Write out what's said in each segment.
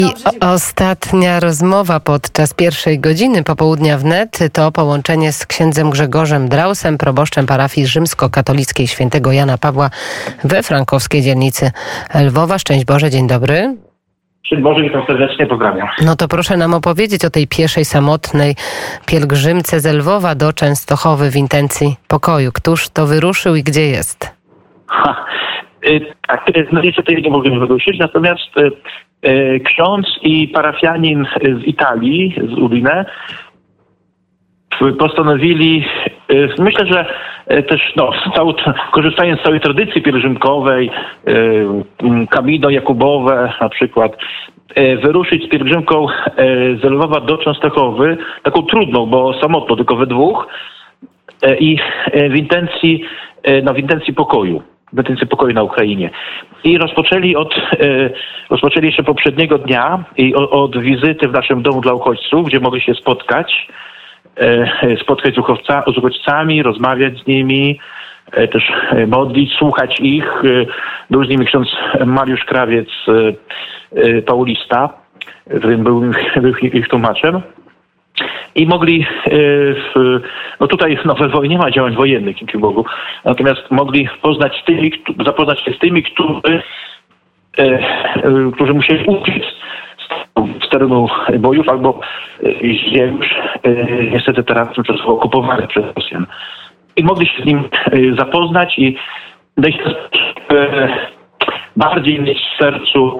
Ostatnia rozmowa podczas pierwszej godziny popołudnia wnet to połączenie z księdzem Grzegorzem Drausem, proboszczem parafii rzymskokatolickiej świętego Jana Pawła we frankowskiej dzielnicy Lwowa. Szczęść Boże, dzień dobry. Szczęść Boże, witam serdecznie, pozdrawiam. No to proszę nam opowiedzieć o tej pieszej, samotnej pielgrzymce z Lwowa do Częstochowy w intencji pokoju. Któż to wyruszył i gdzie jest? No niestety nie mogłem wyruszyć, natomiast ksiądz i parafianin z Italii, z Udine, postanowili, myślę, że też korzystając z całej tradycji pielgrzymkowej, Camino Jakubowe na przykład, wyruszyć z pielgrzymką z Lwowa do Częstochowy, taką trudną, bo samotną, tylko we dwóch, i w intencji pokoju. Na Ukrainie. I rozpoczęli jeszcze poprzedniego dnia od wizyty w naszym domu dla uchodźców, gdzie mogli się spotkać z uchodźcami, rozmawiać z nimi, też modlić, słuchać ich. Był z nimi ksiądz Mariusz Krawiec, paulista, był ich tłumaczem. I mogli, tutaj we Lwowie nie ma działań wojennych, dzięki Bogu, natomiast mogli zapoznać się z tymi, którzy musieli uciec z terenu bojów albo ziem już niestety teraz tymczasowo okupowane przez Rosjan. I mogli się z nim zapoznać i bardziej mieć w sercu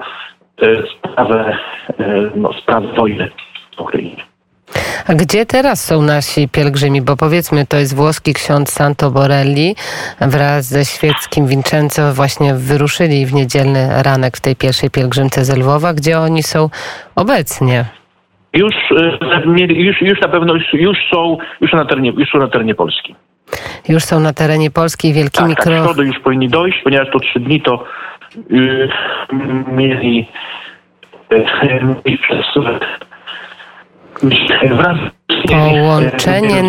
sprawę wojny w Ukrainie. A gdzie teraz są nasi pielgrzymi? Bo powiedzmy, to jest włoski ksiądz Santo Borelli wraz ze świeckim Vincenzo właśnie wyruszyli w niedzielny ranek w tej pierwszej pielgrzymce z Lwowa. Gdzie oni są obecnie? Już na pewno są na terenie Polski. Już są na terenie Polski wielkimi krokami. Tak, w środę już powinni dojść, ponieważ to 3 dni to mieli przez Połączenie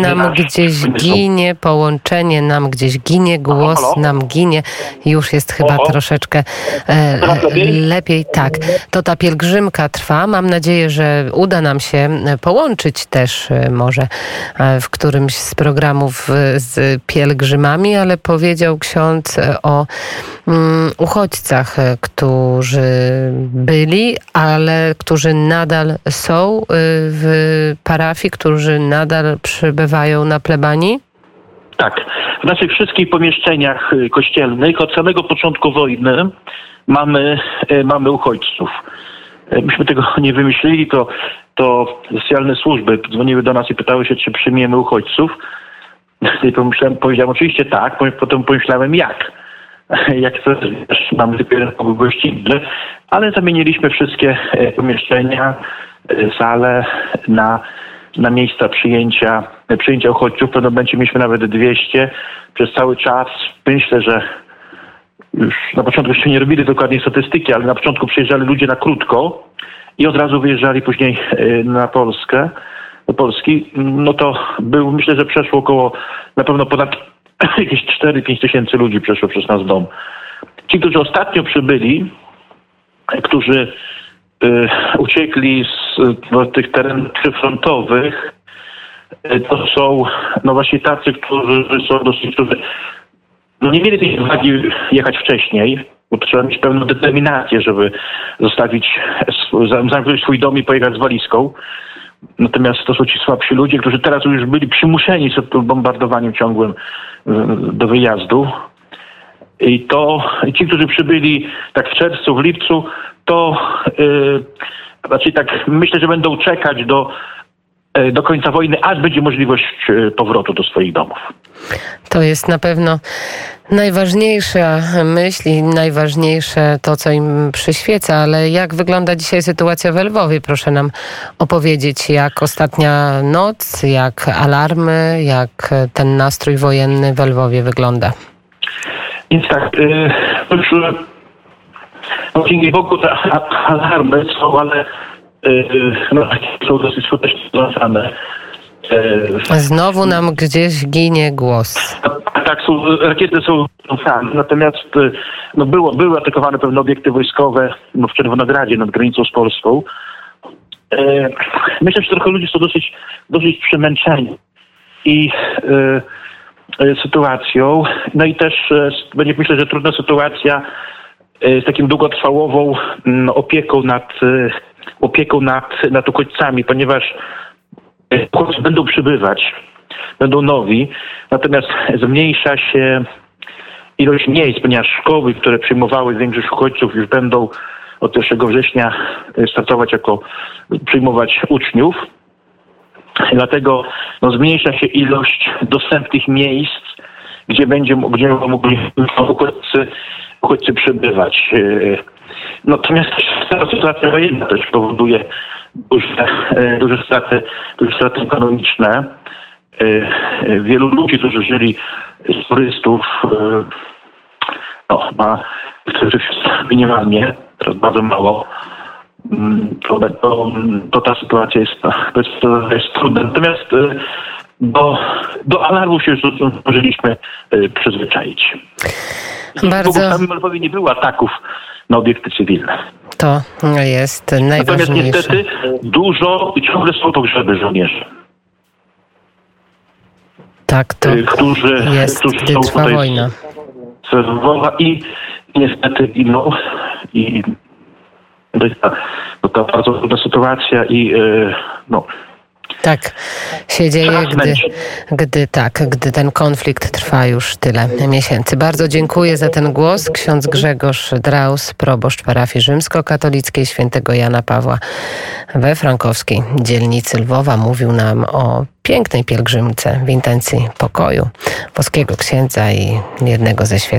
nam gdzieś ginie, głos nam ginie. Już jest chyba troszeczkę lepiej. Tak, to ta pielgrzymka trwa. Mam nadzieję, że uda nam się połączyć też może w którymś z programów z pielgrzymami, ale powiedział ksiądz o uchodźcach, którzy byli, ale którzy nadal są w parafii, którzy nadal przybywają na plebanii? Tak. W naszych wszystkich pomieszczeniach kościelnych od samego początku wojny mamy uchodźców. Myśmy tego nie wymyślili, to specjalne służby dzwoniły do nas i pytały się, czy przyjmiemy uchodźców. I powiedziałem oczywiście tak, potem pomyślałem jak. Jak to mamy dopiero pokój gościnny, ale zamieniliśmy wszystkie pomieszczenia, sale na miejsca przyjęcia uchodźców. W pewnym momencie mieliśmy nawet 200 przez cały czas. Myślę, że już na początku jeszcze nie robili dokładnej statystyki, ale na początku przyjeżdżali ludzie na krótko i od razu wyjeżdżali później do Polski. No to myślę, że przeszło około, na pewno ponad jakieś 4-5 tysięcy ludzi przeszło przez nasz dom. Ci, którzy ostatnio przybyli, którzy uciekli z tych terenów przyfrontowych, to są właśnie tacy, którzy nie mieli tej odwagi jechać wcześniej, bo trzeba mieć pewną determinację, żeby zamknąć swój dom i pojechać z walizką. Natomiast to są ci słabsi ludzie, którzy teraz już byli przymuszeni przed bombardowaniem ciągłym do wyjazdu. I ci, którzy przybyli tak w czerwcu, w lipcu, to raczej tak myślę, że będą czekać do końca wojny, aż będzie możliwość powrotu do swoich domów. To jest na pewno najważniejsza myśl i najważniejsze to, co im przyświeca, ale jak wygląda dzisiaj sytuacja w Lwowie? Proszę nam opowiedzieć, jak ostatnia noc, jak alarmy, jak ten nastrój wojenny w Lwowie wygląda. Więc tak, dzięki Bogu te alarmy są, ale są dosyć skutecznie związane. Znowu nam gdzieś ginie głos. Tak, rakiety są tam. Natomiast były atakowane pewne obiekty wojskowe w Czerwonogradzie nad granicą z Polską. Myślę, że trochę ludzi są dosyć przemęczeni i sytuacją. No i też będzie, myślę, że trudna sytuacja z takim długotrwałową opieką nad uchodźcami, ponieważ uchodźcy będą przybywać, będą nowi, natomiast zmniejsza się ilość miejsc, ponieważ szkoły, które przyjmowały większość uchodźców, już będą od 1 września przyjmować uczniów. Dlatego zmniejsza się ilość dostępnych miejsc, gdzie mogą mogli uchodźcy przebywać. Natomiast ta sytuacja wojenna też powoduje duże straty ekonomiczne. Wielu ludzi, którzy żyli z turystów, którzy minimalnie, teraz bardzo mało, to ta sytuacja jest trudna. Natomiast do alarmu się już zdążyliśmy przyzwyczaić. W Lwowie nie było ataków na obiekty cywilne. To jest najważniejsze. Natomiast niestety ciągle są pogrzeby żołnierzy. Tak, to jest, gdy trwa wojna. I niestety giną. I to bardzo trudna sytuacja Tak się dzieje, gdy ten konflikt trwa już tyle miesięcy. Bardzo dziękuję za ten głos. Ksiądz Grzegorz Draus, proboszcz parafii rzymskokatolickiej świętego Jana Pawła we frankowskiej dzielnicy Lwowa, mówił nam o pięknej pielgrzymce w intencji pokoju boskiego księdza i jednego ze świętych.